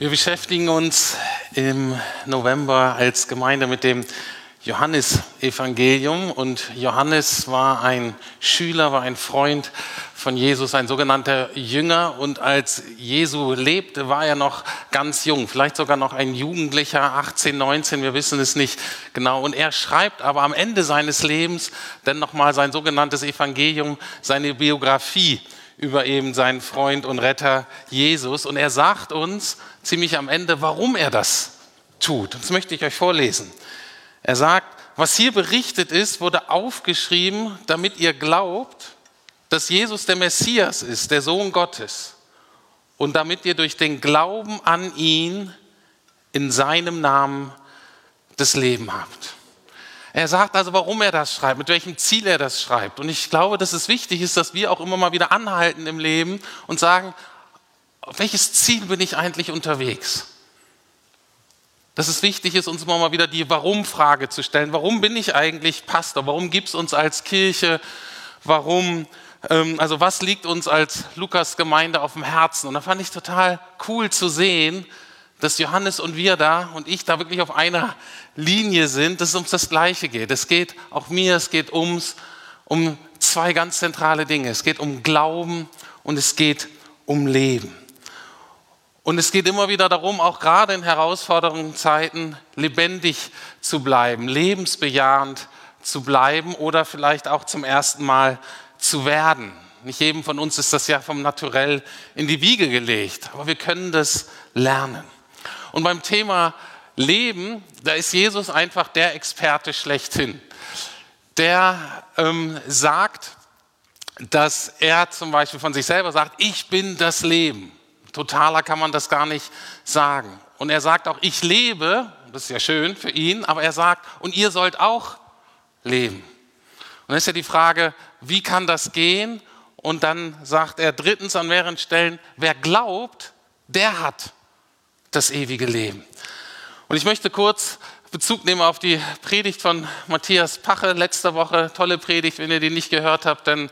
Wir beschäftigen uns im November als Gemeinde mit dem Johannesevangelium und Johannes war ein Schüler, war ein Freund von Jesus, ein sogenannter Jünger und als Jesu lebte, war er noch ganz jung, vielleicht sogar noch ein Jugendlicher, 18, 19, wir wissen es nicht genau. Und er schreibt aber am Ende seines Lebens dann nochmal sein sogenanntes Evangelium, seine Biografie über eben seinen Freund und Retter Jesus. Und er sagt uns ziemlich am Ende, warum er das tut. Das möchte ich euch vorlesen. Er sagt, was hier berichtet ist, wurde aufgeschrieben, damit ihr glaubt, dass Jesus der Messias ist, der Sohn Gottes. Und damit ihr durch den Glauben an ihn in seinem Namen das Leben habt. Er sagt also, warum er das schreibt, mit welchem Ziel er das schreibt. Und ich glaube, dass es wichtig ist, dass wir auch immer mal wieder anhalten im Leben und sagen, auf welches Ziel bin ich eigentlich unterwegs? Dass es wichtig ist, uns immer mal wieder die Warum-Frage zu stellen. Warum bin ich eigentlich Pastor? Warum gibt es uns als Kirche? Was liegt uns als Lukas-Gemeinde auf dem Herzen? Und da fand ich total cool zu sehen, dass Johannes und wir da und ich da wirklich auf einer Linie sind, dass es um das Gleiche geht. Es geht auch mir, es geht um zwei ganz zentrale Dinge. Es geht um Glauben und es geht um Leben. Und es geht immer wieder darum, auch gerade in herausfordernden Zeiten lebendig zu bleiben, lebensbejahend zu bleiben oder vielleicht auch zum ersten Mal zu werden. Nicht jedem von uns ist das ja vom Naturell in die Wiege gelegt, aber wir können das lernen. Und beim Thema Leben, da ist Jesus einfach der Experte schlechthin. Der sagt, dass er zum Beispiel von sich selber sagt, ich bin das Leben. Totaler kann man das gar nicht sagen. Und er sagt auch, ich lebe, das ist ja schön für ihn, aber er sagt, und ihr sollt auch leben. Und dann ist ja die Frage, wie kann das gehen? Und dann sagt er drittens an mehreren Stellen, wer glaubt, der hat das ewige Leben. Und ich möchte kurz Bezug nehmen auf die Predigt von Matthias Pache letzte Woche. Tolle Predigt, wenn ihr die nicht gehört habt, dann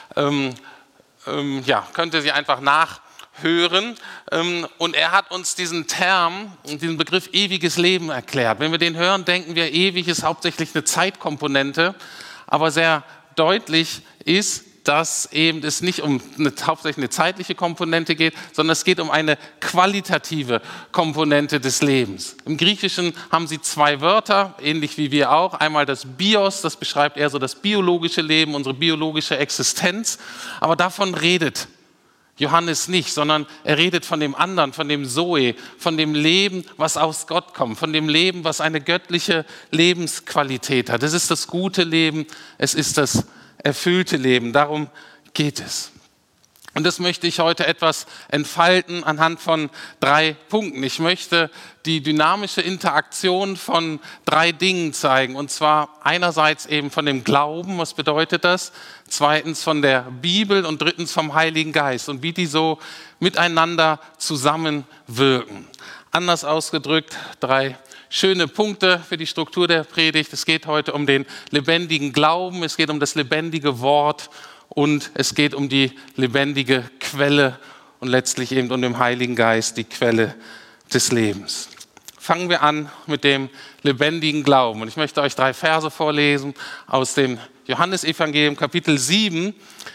könnt ihr sie einfach nachhören. Und er hat uns diesen diesen Begriff ewiges Leben erklärt. Wenn wir den hören, denken wir, ewig ist hauptsächlich eine Zeitkomponente, aber sehr deutlich ist, dass eben es nicht hauptsächlich eine zeitliche Komponente geht, sondern es geht um eine qualitative Komponente des Lebens. Im Griechischen haben sie zwei Wörter, ähnlich wie wir auch. Einmal das Bios, das beschreibt eher so das biologische Leben, unsere biologische Existenz. Aber davon redet Johannes nicht, sondern er redet von dem anderen, von dem Zoe, von dem Leben, was aus Gott kommt, von dem Leben, was eine göttliche Lebensqualität hat. Es ist das gute Leben, es ist das erfüllte Leben, darum geht es. Und das möchte ich heute etwas entfalten anhand von 3 Punkten. Ich möchte die dynamische Interaktion von 3 Dingen zeigen. Und zwar einerseits eben von dem Glauben, was bedeutet das? Zweitens von der Bibel und drittens vom Heiligen Geist und wie die so miteinander zusammenwirken. Anders ausgedrückt, 3 schöne Punkte für die Struktur der Predigt. Es geht heute um den lebendigen Glauben, es geht um das lebendige Wort und es geht um die lebendige Quelle und letztlich eben um den Heiligen Geist, die Quelle des Lebens. Fangen wir an mit dem lebendigen Glauben. Und ich möchte euch 3 Verse vorlesen aus dem Johannesevangelium, Kapitel 7.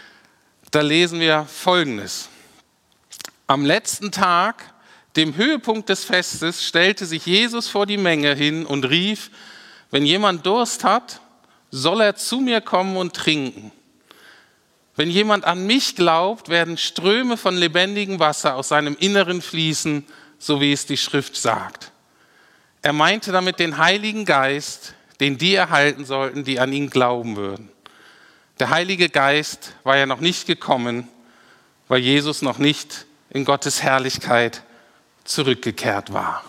Da lesen wir Folgendes. Am letzten Tag, dem Höhepunkt des Festes, stellte sich Jesus vor die Menge hin und rief, wenn jemand Durst hat, soll er zu mir kommen und trinken. Wenn jemand an mich glaubt, werden Ströme von lebendigem Wasser aus seinem Inneren fließen, so wie es die Schrift sagt. Er meinte damit den Heiligen Geist, den die erhalten sollten, die an ihn glauben würden. Der Heilige Geist war ja noch nicht gekommen, weil Jesus noch nicht in Gottes Herrlichkeit zurückgekehrt war.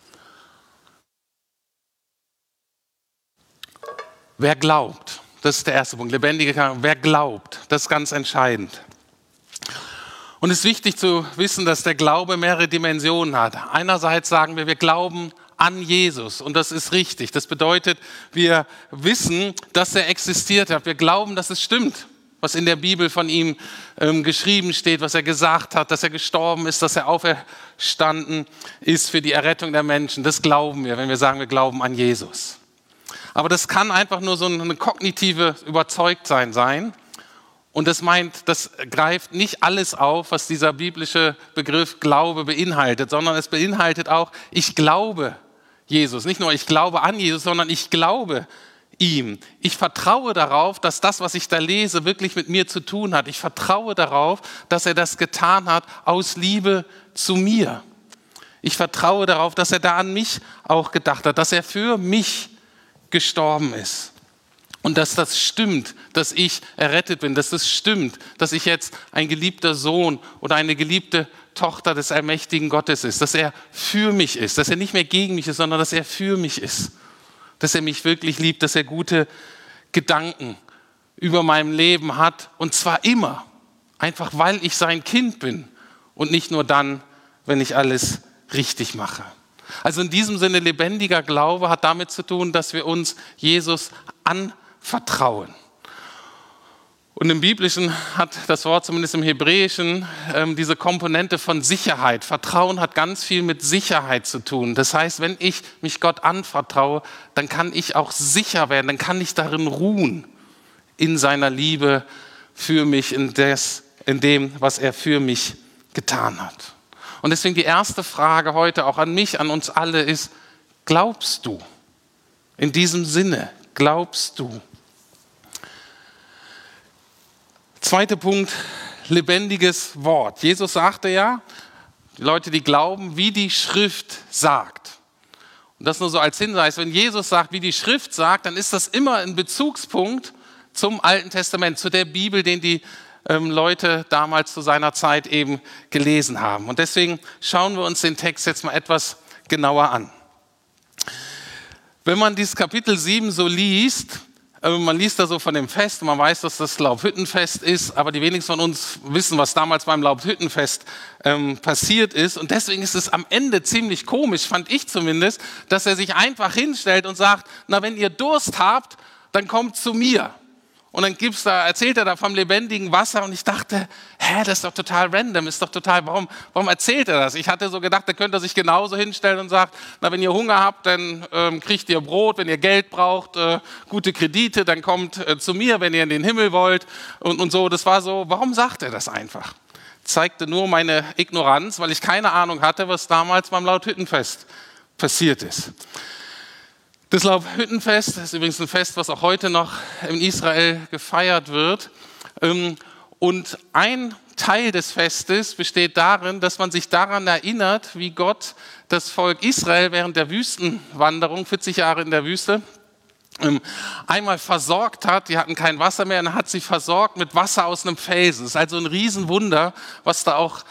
Wer glaubt? Das ist der erste Punkt. Wer glaubt? Das ist ganz entscheidend. Und es ist wichtig zu wissen, dass der Glaube mehrere Dimensionen hat. Einerseits sagen wir glauben an Jesus und das ist richtig. Das bedeutet, wir wissen, dass er existiert hat. Wir glauben, dass es stimmt, was in der Bibel von ihm geschrieben steht, was er gesagt hat, dass er gestorben ist, dass er auferstanden ist für die Errettung der Menschen. Das glauben wir, wenn wir sagen, wir glauben an Jesus. Aber das kann einfach nur so eine kognitive Überzeugtsein sein. Und das greift nicht alles auf, was dieser biblische Begriff Glaube beinhaltet, sondern es beinhaltet auch, ich glaube Jesus. Nicht nur ich glaube an Jesus, sondern ich glaube ihm. Ich vertraue darauf, dass das, was ich da lese, wirklich mit mir zu tun hat. Ich vertraue darauf, dass er das getan hat aus Liebe zu mir. Ich vertraue darauf, dass er da an mich auch gedacht hat, dass er für mich gestorben ist. Und dass das stimmt, dass ich errettet bin, dass das stimmt, dass ich jetzt ein geliebter Sohn oder eine geliebte Tochter des allmächtigen Gottes ist, dass er für mich ist, dass er nicht mehr gegen mich ist, sondern dass er für mich ist, dass er mich wirklich liebt, dass er gute Gedanken über meinem Leben hat und zwar immer, einfach weil ich sein Kind bin und nicht nur dann, wenn ich alles richtig mache. Also in diesem Sinne, lebendiger Glaube hat damit zu tun, dass wir uns Jesus anvertrauen. Und im Biblischen hat das Wort, zumindest im Hebräischen, diese Komponente von Sicherheit. Vertrauen hat ganz viel mit Sicherheit zu tun. Das heißt, wenn ich mich Gott anvertraue, dann kann ich auch sicher werden, dann kann ich darin ruhen, in seiner Liebe für mich, in dem, was er für mich getan hat. Und deswegen die erste Frage heute auch an mich, an uns alle ist, glaubst du? In diesem Sinne, glaubst du? Zweiter Punkt, lebendiges Wort. Jesus sagte ja, die Leute, die glauben, wie die Schrift sagt. Und das nur so als Hinweis, wenn Jesus sagt, wie die Schrift sagt, dann ist das immer ein Bezugspunkt zum Alten Testament, zu der Bibel, den die Leute damals zu seiner Zeit eben gelesen haben. Und deswegen schauen wir uns den Text jetzt mal etwas genauer an. Wenn man dieses Kapitel 7 so liest, man liest da so von dem Fest, man weiß, dass das Laubhüttenfest ist, aber die wenigsten von uns wissen, was damals beim Laubhüttenfest passiert ist. Und deswegen ist es am Ende ziemlich komisch, fand ich zumindest, dass er sich einfach hinstellt und sagt, na, wenn ihr Durst habt, dann kommt zu mir. Und dann erzählt er da vom lebendigen Wasser und ich dachte, das ist doch total random, warum erzählt er das? Ich hatte so gedacht, er könnte sich genauso hinstellen und sagt, na, wenn ihr Hunger habt, dann kriegt ihr Brot, wenn ihr Geld braucht, gute Kredite, dann kommt zu mir, wenn ihr in den Himmel wollt und so. Das war so, warum sagt er das einfach? Zeigte nur meine Ignoranz, weil ich keine Ahnung hatte, was damals beim Laubhüttenfest passiert ist. Das Laubhüttenfest ist übrigens ein Fest, was auch heute noch in Israel gefeiert wird. Und ein Teil des Festes besteht darin, dass man sich daran erinnert, wie Gott das Volk Israel während der Wüstenwanderung, 40 Jahre in der Wüste, einmal versorgt hat. Die hatten kein Wasser mehr und er hat sie versorgt mit Wasser aus einem Felsen. Das ist also ein Riesenwunder, was da auch,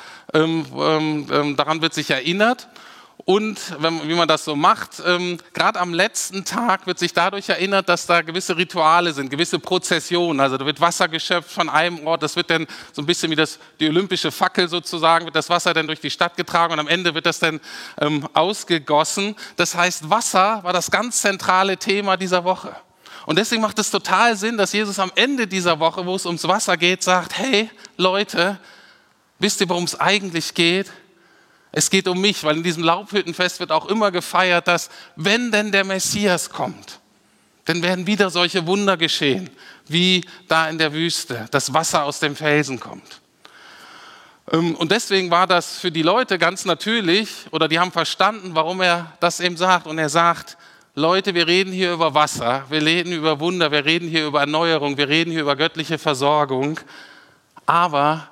daran wird sich erinnert. Und wie man das so macht, gerade am letzten Tag wird sich dadurch erinnert, dass da gewisse Rituale sind, gewisse Prozessionen. Also da wird Wasser geschöpft von einem Ort, das wird dann so ein bisschen wie die olympische Fackel sozusagen, wird das Wasser dann durch die Stadt getragen und am Ende wird das dann ausgegossen. Das heißt, Wasser war das ganz zentrale Thema dieser Woche. Und deswegen macht es total Sinn, dass Jesus am Ende dieser Woche, wo es ums Wasser geht, sagt, hey Leute, wisst ihr, worum es eigentlich geht? Es geht um mich, weil in diesem Laubhüttenfest wird auch immer gefeiert, dass wenn denn der Messias kommt, dann werden wieder solche Wunder geschehen, wie da in der Wüste, das Wasser aus dem Felsen kommt. Und deswegen war das für die Leute ganz natürlich, oder die haben verstanden, warum er das eben sagt. Und er sagt, Leute, wir reden hier über Wasser, wir reden über Wunder, wir reden hier über Erneuerung, wir reden hier über göttliche Versorgung, aber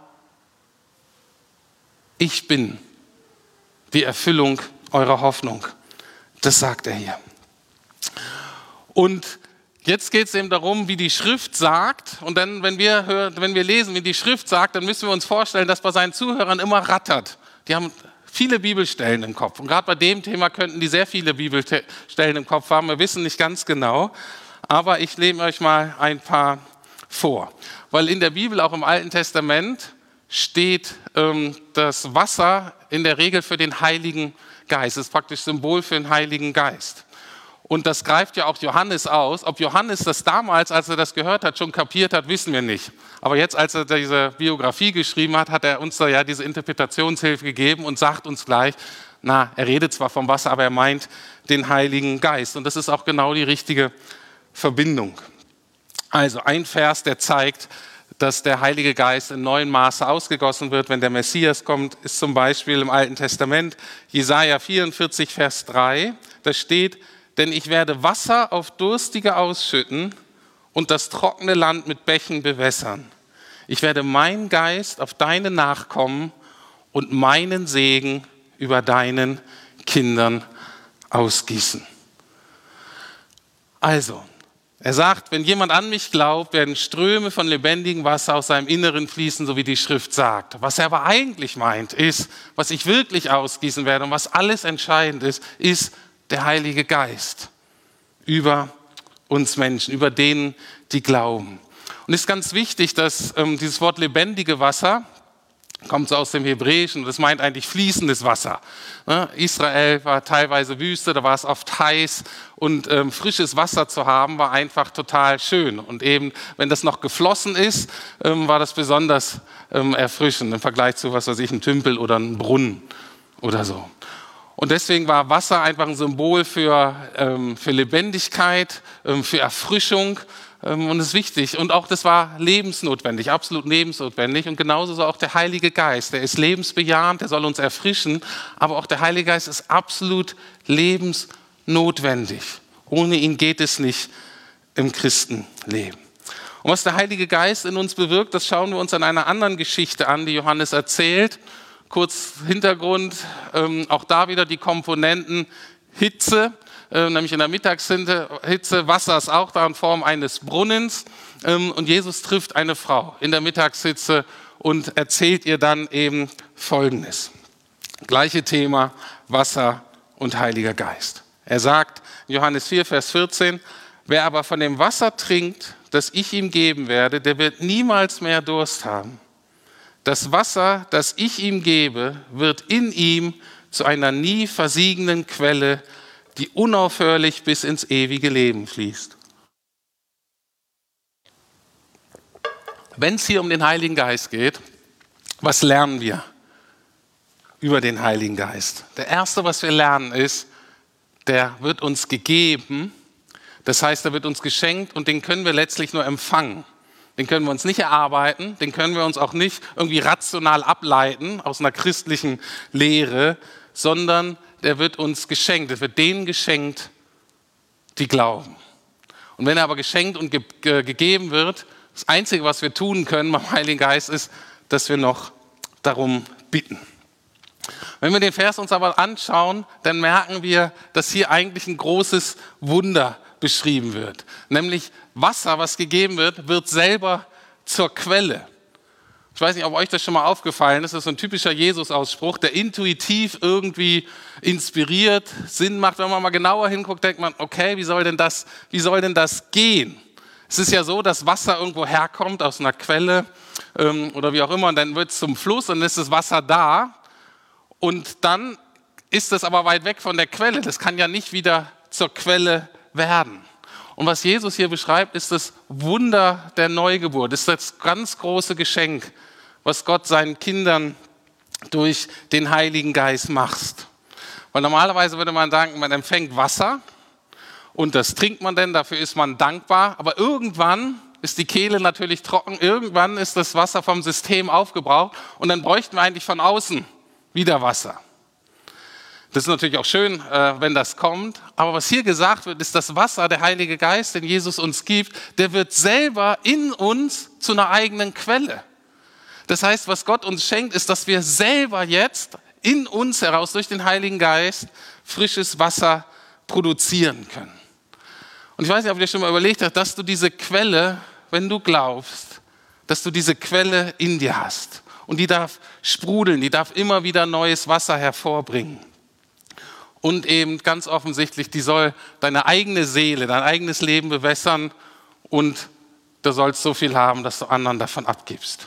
ich bin die Erfüllung eurer Hoffnung. Das sagt er hier. Und jetzt geht es eben darum, wie die Schrift sagt. Und dann, wenn wir lesen, wie die Schrift sagt, dann müssen wir uns vorstellen, dass bei seinen Zuhörern immer rattert. Die haben viele Bibelstellen im Kopf. Und gerade bei dem Thema könnten die sehr viele Bibelstellen im Kopf haben. Wir wissen nicht ganz genau. Aber ich lese euch mal ein paar vor. Weil in der Bibel, auch im Alten Testament, steht das Wasser in der Regel für den Heiligen Geist. Das ist praktisch Symbol für den Heiligen Geist. Und das greift ja auch Johannes aus. Ob Johannes das damals, als er das gehört hat, schon kapiert hat, wissen wir nicht. Aber jetzt, als er diese Biografie geschrieben hat, hat er uns da ja diese Interpretationshilfe gegeben und sagt uns gleich, er redet zwar vom Wasser, aber er meint den Heiligen Geist. Und das ist auch genau die richtige Verbindung. Also ein Vers, der zeigt, dass der Heilige Geist in neuem Maße ausgegossen wird, wenn der Messias kommt, ist zum Beispiel im Alten Testament Jesaja 44, Vers 3. Da steht, denn ich werde Wasser auf Durstige ausschütten und das trockene Land mit Bächen bewässern. Ich werde meinen Geist auf deine Nachkommen und meinen Segen über deinen Kindern ausgießen. Also, er sagt, wenn jemand an mich glaubt, werden Ströme von lebendigem Wasser aus seinem Inneren fließen, so wie die Schrift sagt. Was er aber eigentlich meint, ist, was ich wirklich ausgießen werde und was alles entscheidend ist der Heilige Geist über uns Menschen, über denen, die glauben. Und es ist ganz wichtig, dass dieses Wort lebendige Wasser kommt so aus dem Hebräischen, das meint eigentlich fließendes Wasser. Israel war teilweise Wüste, da war es oft heiß und frisches Wasser zu haben war einfach total schön. Und eben, wenn das noch geflossen ist, war das besonders erfrischend im Vergleich zu, was weiß ich, einem Tümpel oder einem Brunnen oder so. Und deswegen war Wasser einfach ein Symbol für Lebendigkeit, für Erfrischung. Und das ist wichtig. Und auch das war lebensnotwendig, absolut lebensnotwendig. Und genauso so auch der Heilige Geist. Der ist lebensbejahend, der soll uns erfrischen. Aber auch der Heilige Geist ist absolut lebensnotwendig. Ohne ihn geht es nicht im Christenleben. Und was der Heilige Geist in uns bewirkt, das schauen wir uns an einer anderen Geschichte an, die Johannes erzählt. Kurz Hintergrund, auch da wieder die Komponenten Hitze, nämlich in der Mittagshitze, Wasser ist auch da in Form eines Brunnens und Jesus trifft eine Frau in der Mittagshitze und erzählt ihr dann eben Folgendes. Gleiche Thema, Wasser und Heiliger Geist. Er sagt, Johannes 4, Vers 14, wer aber von dem Wasser trinkt, das ich ihm geben werde, der wird niemals mehr Durst haben. Das Wasser, das ich ihm gebe, wird in ihm zu einer nie versiegenden Quelle, die unaufhörlich bis ins ewige Leben fließt. Wenn es hier um den Heiligen Geist geht, was lernen wir über den Heiligen Geist? Der erste, was wir lernen, ist, der wird uns gegeben, das heißt, er wird uns geschenkt und den können wir letztlich nur empfangen. Den können wir uns nicht erarbeiten, den können wir uns auch nicht irgendwie rational ableiten aus einer christlichen Lehre, sondern der wird uns geschenkt. Es wird denen geschenkt, die glauben. Und wenn er aber geschenkt und gegeben wird, das Einzige, was wir tun können beim Heiligen Geist, ist, dass wir noch darum bitten. Wenn wir den Vers uns aber anschauen, dann merken wir, dass hier eigentlich ein großes Wunder beschrieben wird. Nämlich Wasser, was gegeben wird, wird selber zur Quelle. Ich weiß nicht, ob euch das schon mal aufgefallen ist. Das ist so ein typischer Jesus-Ausspruch, der intuitiv irgendwie inspiriert, Sinn macht. Wenn man mal genauer hinguckt, denkt man, okay, wie soll denn das gehen? Es ist ja so, dass Wasser irgendwo herkommt aus einer Quelle oder wie auch immer und dann wird es zum Fluss und dann ist das Wasser da und dann ist es aber weit weg von der Quelle. Das kann ja nicht wieder zur Quelle werden. Und was Jesus hier beschreibt, ist das Wunder der Neugeburt, ist das ganz große Geschenk, was Gott seinen Kindern durch den Heiligen Geist macht. Weil normalerweise würde man sagen, man empfängt Wasser und das trinkt man denn, dafür ist man dankbar, aber irgendwann ist die Kehle natürlich trocken, irgendwann ist das Wasser vom System aufgebraucht und dann bräuchten wir eigentlich von außen wieder Wasser. Das ist natürlich auch schön, wenn das kommt. Aber was hier gesagt wird, ist das Wasser, der Heilige Geist, den Jesus uns gibt, der wird selber in uns zu einer eigenen Quelle. Das heißt, was Gott uns schenkt, ist, dass wir selber jetzt in uns heraus durch den Heiligen Geist frisches Wasser produzieren können. Und ich weiß nicht, ob ihr schon mal überlegt habt, dass du diese Quelle, wenn du glaubst, dass du diese Quelle in dir hast. Und die darf sprudeln, die darf immer wieder neues Wasser hervorbringen. Und eben ganz offensichtlich, die soll deine eigene Seele, dein eigenes Leben bewässern und du sollst so viel haben, dass du anderen davon abgibst.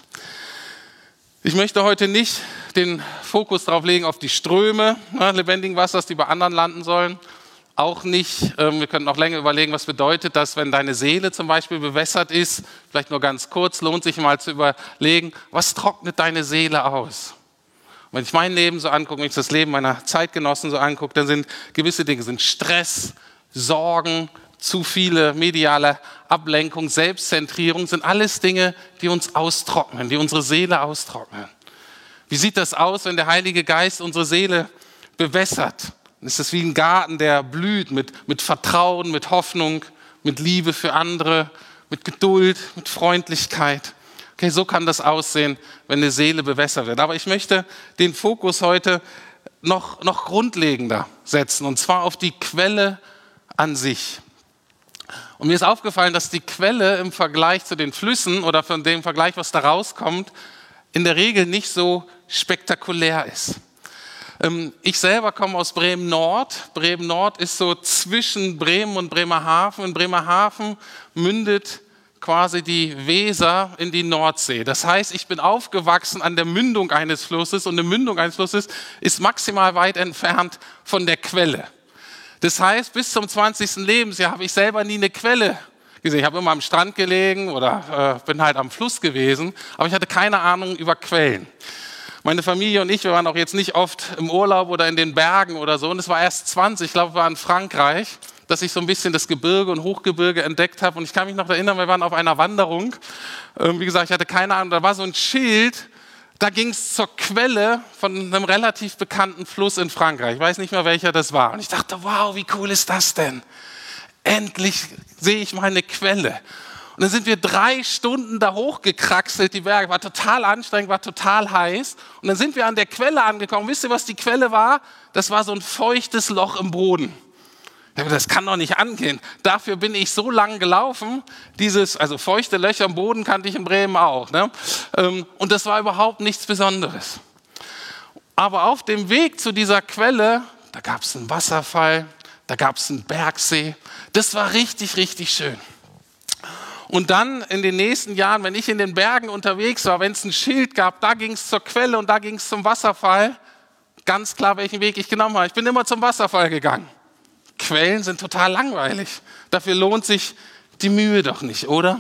Ich möchte heute nicht den Fokus darauf legen, auf die Ströme lebendigen Wassers, die bei anderen landen sollen. Auch nicht, wir könnten auch länger überlegen, was bedeutet das, wenn deine Seele zum Beispiel bewässert ist. Vielleicht nur ganz kurz, lohnt sich mal zu überlegen, was trocknet deine Seele aus? Und wenn ich mein Leben so angucke, wenn ich das Leben meiner Zeitgenossen so angucke, dann sind gewisse Dinge, sind Stress, Sorgen, zu viele mediale Ablenkung, Selbstzentrierung, sind alles Dinge, die uns austrocknen, die unsere Seele austrocknen. Wie sieht das aus, wenn der Heilige Geist unsere Seele bewässert? Dann ist es wie ein Garten, der blüht mit Vertrauen, mit Hoffnung, mit Liebe für andere, mit Geduld, mit Freundlichkeit. Okay, so kann das aussehen, wenn eine Seele bewässert wird. Aber ich möchte den Fokus heute noch grundlegender setzen, und zwar auf die Quelle an sich. Und mir ist aufgefallen, dass die Quelle im Vergleich zu den Flüssen oder von dem Vergleich, was da rauskommt, in der Regel nicht so spektakulär ist. Ich selber komme aus Bremen-Nord. Bremen-Nord ist so zwischen Bremen und Bremerhaven. In Bremerhaven mündet quasi die Weser in die Nordsee. Das heißt, ich bin aufgewachsen an der Mündung eines Flusses, und eine Mündung eines Flusses ist maximal weit entfernt von der Quelle. Das heißt, bis zum 20. Lebensjahr habe ich selber nie eine Quelle gesehen. Ich habe immer am Strand gelegen oder bin halt am Fluss gewesen, aber ich hatte keine Ahnung über Quellen. Meine Familie und ich, wir waren auch jetzt nicht oft im Urlaub oder in den Bergen oder so, und es war erst 20, ich glaube, wir waren in Frankreich, dass ich so ein bisschen das Gebirge und Hochgebirge entdeckt habe, und ich kann mich noch erinnern, wir waren auf einer Wanderung, wie gesagt, ich hatte keine Ahnung, da war so ein Schild, da ging es zur Quelle von einem relativ bekannten Fluss in Frankreich, ich weiß nicht mehr, welcher das war, und ich dachte, wow, wie cool ist das denn? Endlich sehe ich mal eine Quelle. Und dann sind wir 3 Stunden da hochgekraxelt, die Berge, war total anstrengend, war total heiß. Und dann sind wir an der Quelle angekommen. Wisst ihr, was die Quelle war? Das war so ein feuchtes Loch im Boden. Das kann doch nicht angehen. Dafür bin ich so lang gelaufen. Also feuchte Löcher im Boden kannte ich in Bremen auch. Ne? Und das war überhaupt nichts Besonderes. Aber auf dem Weg zu dieser Quelle, da gab es einen Wasserfall, da gab es einen Bergsee. Das war richtig, richtig schön. Und dann in den nächsten Jahren, wenn ich in den Bergen unterwegs war, wenn es ein Schild gab, da ging es zur Quelle und da ging es zum Wasserfall, ganz klar, welchen Weg ich genommen habe. Ich bin immer zum Wasserfall gegangen. Quellen sind total langweilig. Dafür lohnt sich die Mühe doch nicht, oder?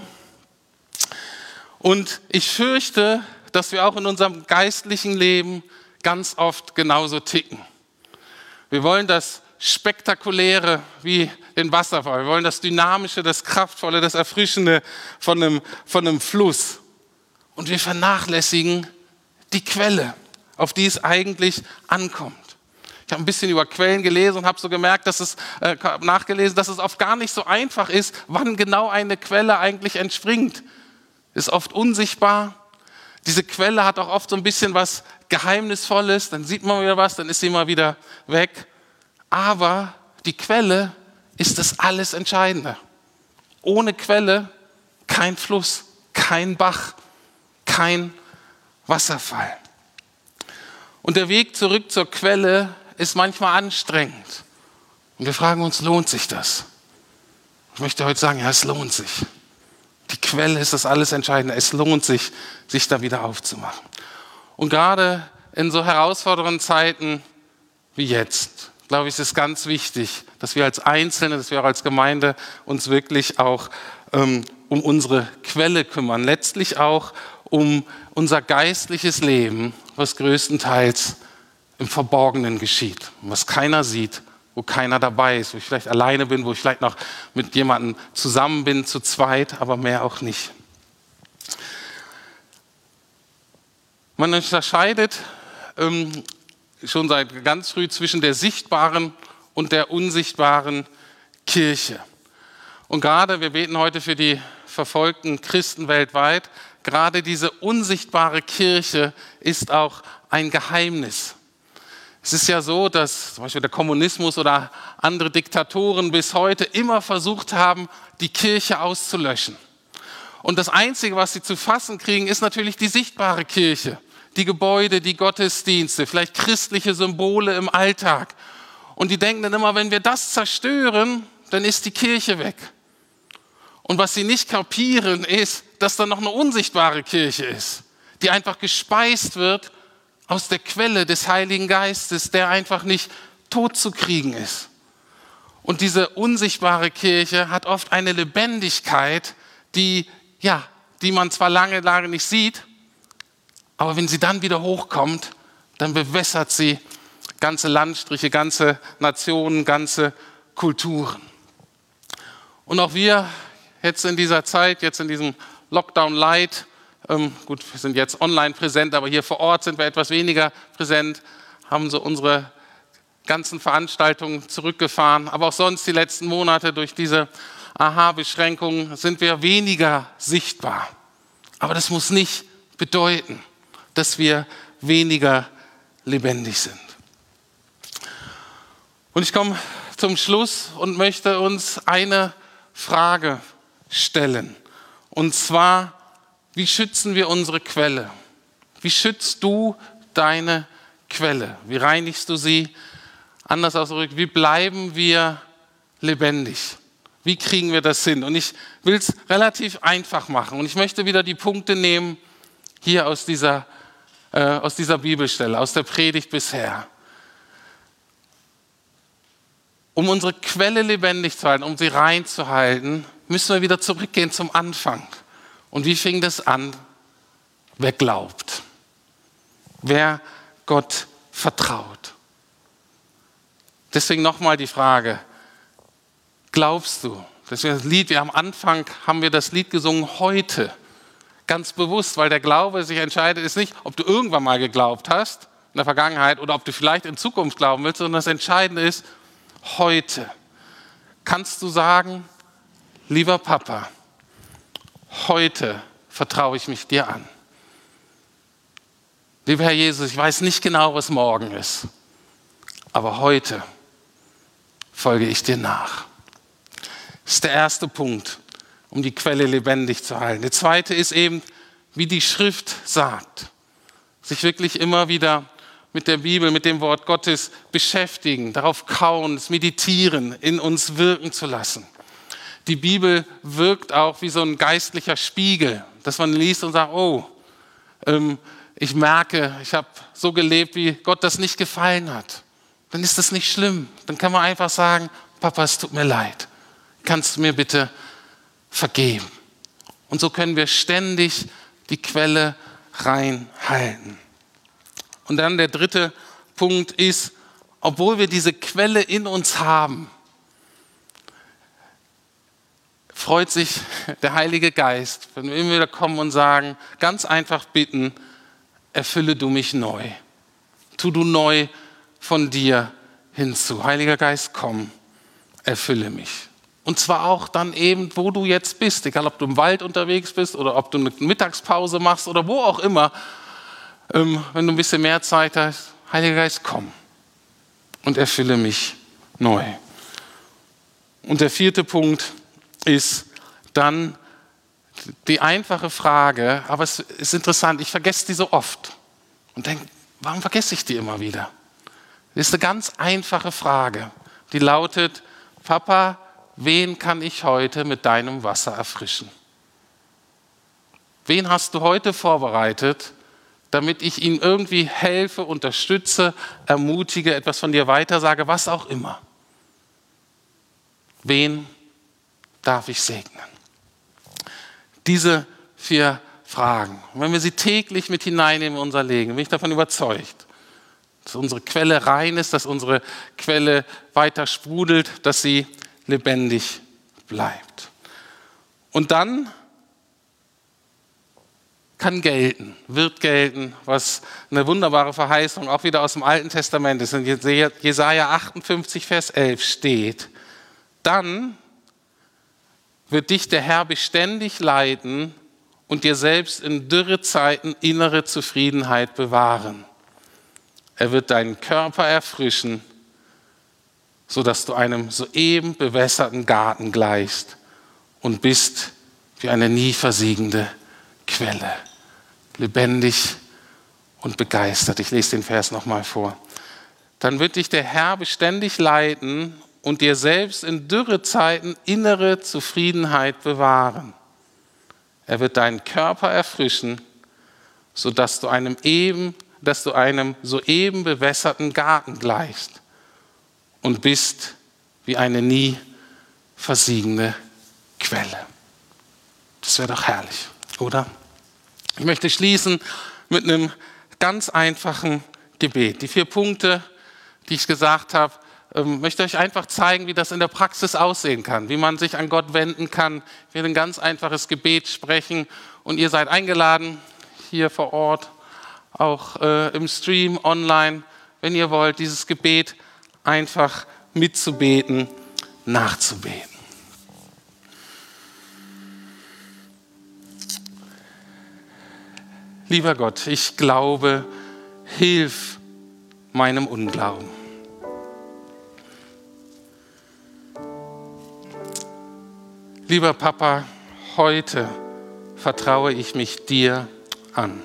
Und ich fürchte, dass wir auch in unserem geistlichen Leben ganz oft genauso ticken. Wir wollen das Spektakuläre wie den Wasserfall. Wir wollen das Dynamische, das Kraftvolle, das Erfrischende von einem Fluss. Und wir vernachlässigen die Quelle, auf die es eigentlich ankommt. Ich habe ein bisschen über Quellen gelesen und habe so gemerkt, nachgelesen, dass es oft gar nicht so einfach ist, wann genau eine Quelle eigentlich entspringt. Ist oft unsichtbar. Diese Quelle hat auch oft so ein bisschen was Geheimnisvolles. Dann sieht man wieder was, dann ist sie mal wieder weg. Aber die Quelle ist das alles Entscheidende. Ohne Quelle kein Fluss, kein Bach, kein Wasserfall. Und der Weg zurück zur Quelle ist manchmal anstrengend. Und wir fragen uns, lohnt sich das? Ich möchte heute sagen, ja, es lohnt sich. Die Quelle ist das alles Entscheidende. Es lohnt sich, sich da wieder aufzumachen. Und gerade in so herausfordernden Zeiten wie jetzt, glaube ich, ist es ganz wichtig, dass wir als Einzelne, dass wir auch als Gemeinde uns wirklich auch um unsere Quelle kümmern. Letztlich auch um unser geistliches Leben, was größtenteils im Verborgenen geschieht, was keiner sieht, wo keiner dabei ist, wo ich vielleicht alleine bin, wo ich vielleicht noch mit jemandem zusammen bin, zu zweit, aber mehr auch nicht. Man unterscheidet schon seit ganz früh zwischen der sichtbaren und der unsichtbaren Kirche. Und gerade, wir beten heute für die verfolgten Christen weltweit, gerade diese unsichtbare Kirche ist auch ein Geheimnis. Es ist ja so, dass zum Beispiel der Kommunismus oder andere Diktatoren bis heute immer versucht haben, die Kirche auszulöschen. Und das Einzige, was sie zu fassen kriegen, ist natürlich die sichtbare Kirche. Die Gebäude, die Gottesdienste, vielleicht christliche Symbole im Alltag. Und die denken dann immer, wenn wir das zerstören, dann ist die Kirche weg. Und was sie nicht kapieren, ist, dass da noch eine unsichtbare Kirche ist, die einfach gespeist wird aus der Quelle des Heiligen Geistes, der einfach nicht tot zu kriegen ist. Und diese unsichtbare Kirche hat oft eine Lebendigkeit, die man zwar lange nicht sieht, aber wenn sie dann wieder hochkommt, dann bewässert sie ganze Landstriche, ganze Nationen, ganze Kulturen. Und auch wir jetzt in dieser Zeit, jetzt in diesem Lockdown Light, wir sind jetzt online präsent, aber hier vor Ort sind wir etwas weniger präsent, haben so unsere ganzen Veranstaltungen zurückgefahren. Aber auch sonst die letzten Monate durch diese AHA-Beschränkungen sind wir weniger sichtbar. Aber das muss nicht bedeuten, dass wir weniger lebendig sind. Und ich komme zum Schluss und möchte uns eine Frage stellen. Und zwar, wie schützen wir unsere Quelle? Wie schützt du deine Quelle? Wie reinigst du sie? Anders ausgedrückt, wie bleiben wir lebendig? Wie kriegen wir das hin? Und ich will es relativ einfach machen. Und ich möchte wieder die Punkte nehmen, hier aus dieser Bibelstelle, aus der Predigt bisher. Um unsere Quelle lebendig zu halten, um sie reinzuhalten, müssen wir wieder zurückgehen zum Anfang. Und wie fing das an? Wer glaubt? Wer Gott vertraut? Deswegen nochmal die Frage, glaubst du? Das Lied, am Anfang haben wir das Lied gesungen, heute. Ganz bewusst, weil der Glaube sich entscheidet, ist nicht, ob du irgendwann mal geglaubt hast, in der Vergangenheit, oder ob du vielleicht in Zukunft glauben willst, sondern das Entscheidende ist, heute. Kannst du sagen, lieber Papa, heute vertraue ich mich dir an. Lieber Herr Jesus, ich weiß nicht genau, was morgen ist, aber heute folge ich dir nach. Das ist der erste Punkt, um die Quelle lebendig zu halten. Der zweite ist eben, wie die Schrift sagt, sich wirklich immer wieder mit der Bibel, mit dem Wort Gottes beschäftigen, darauf kauen, es meditieren, in uns wirken zu lassen. Die Bibel wirkt auch wie so ein geistlicher Spiegel, dass man liest und sagt, ich merke, ich habe so gelebt, wie Gott das nicht gefallen hat. Dann ist das nicht schlimm. Dann kann man einfach sagen, Papa, es tut mir leid. Kannst du mir bitte vergeben? Und so können wir ständig die Quelle reinhalten. Und dann der dritte Punkt ist, obwohl wir diese Quelle in uns haben, freut sich der Heilige Geist, wenn wir immer wieder kommen und sagen, ganz einfach bitten, erfülle du mich neu. Tu du neu von dir hinzu. Heiliger Geist, komm, erfülle mich. Und zwar auch dann eben, wo du jetzt bist, egal ob du im Wald unterwegs bist oder ob du eine Mittagspause machst oder wo auch immer, wenn du ein bisschen mehr Zeit hast, Heiliger Geist, komm und erfülle mich neu. Und der vierte Punkt ist dann die einfache Frage, aber es ist interessant, ich vergesse die so oft und denke, warum vergesse ich die immer wieder? Das ist eine ganz einfache Frage, die lautet, Papa, wen kann ich heute mit deinem Wasser erfrischen? Wen hast du heute vorbereitet, damit ich ihm irgendwie helfe, unterstütze, ermutige, etwas von dir weitersage, was auch immer? Wen darf ich segnen? Diese 4 Fragen. Und wenn wir sie täglich mit hineinnehmen in unser Leben, bin ich davon überzeugt, dass unsere Quelle rein ist, dass unsere Quelle weiter sprudelt, dass sie lebendig bleibt. Und dann wird gelten, was eine wunderbare Verheißung auch wieder aus dem Alten Testament ist. In Jesaja 58, Vers 11 steht, dann wird dich der Herr beständig leiten und dir selbst in Dürrezeiten innere Zufriedenheit bewahren. Er wird deinen Körper erfrischen, sodass du einem soeben bewässerten Garten gleichst und bist wie eine nie versiegende Quelle. Lebendig und begeistert. Ich lese den Vers nochmal vor. Dann wird dich der Herr beständig leiten und dir selbst in Dürrezeiten innere Zufriedenheit bewahren. Er wird deinen Körper erfrischen, sodass du einem soeben bewässerten Garten gleichst und bist wie eine nie versiegende Quelle. Das wäre doch herrlich, oder? Ich möchte schließen mit einem ganz einfachen Gebet. Die 4 Punkte, die ich gesagt habe, möchte euch einfach zeigen, wie das in der Praxis aussehen kann, wie man sich an Gott wenden kann. Ich werde ein ganz einfaches Gebet sprechen und ihr seid eingeladen, hier vor Ort, auch im Stream, online, wenn ihr wollt, dieses Gebet einfach mitzubeten, nachzubeten. Lieber Gott, ich glaube, hilf meinem Unglauben. Lieber Papa, heute vertraue ich mich dir an.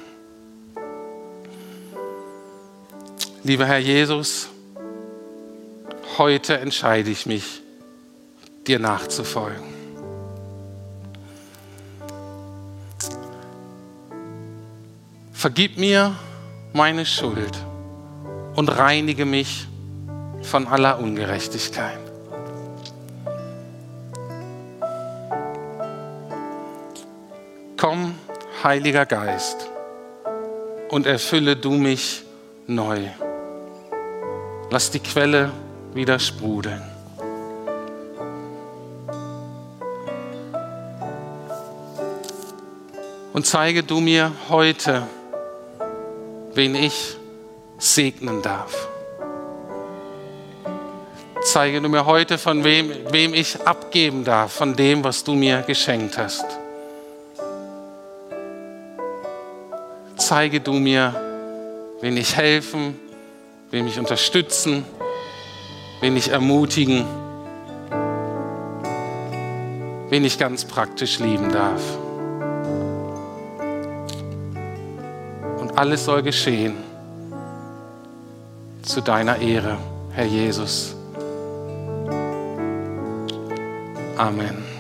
Lieber Herr Jesus, heute entscheide ich mich, dir nachzufolgen. Vergib mir meine Schuld und reinige mich von aller Ungerechtigkeit. Komm, Heiliger Geist, und erfülle du mich neu. Lass die Quelle wieder sprudeln. Und zeige du mir heute, wen ich segnen darf. Zeige du mir heute, von wem ich abgeben darf, von dem, was du mir geschenkt hast. Zeige du mir, wen ich helfen, wen ich unterstützen, wen ich ermutigen, wen ich ganz praktisch lieben darf. Und alles soll geschehen zu deiner Ehre, Herr Jesus. Amen.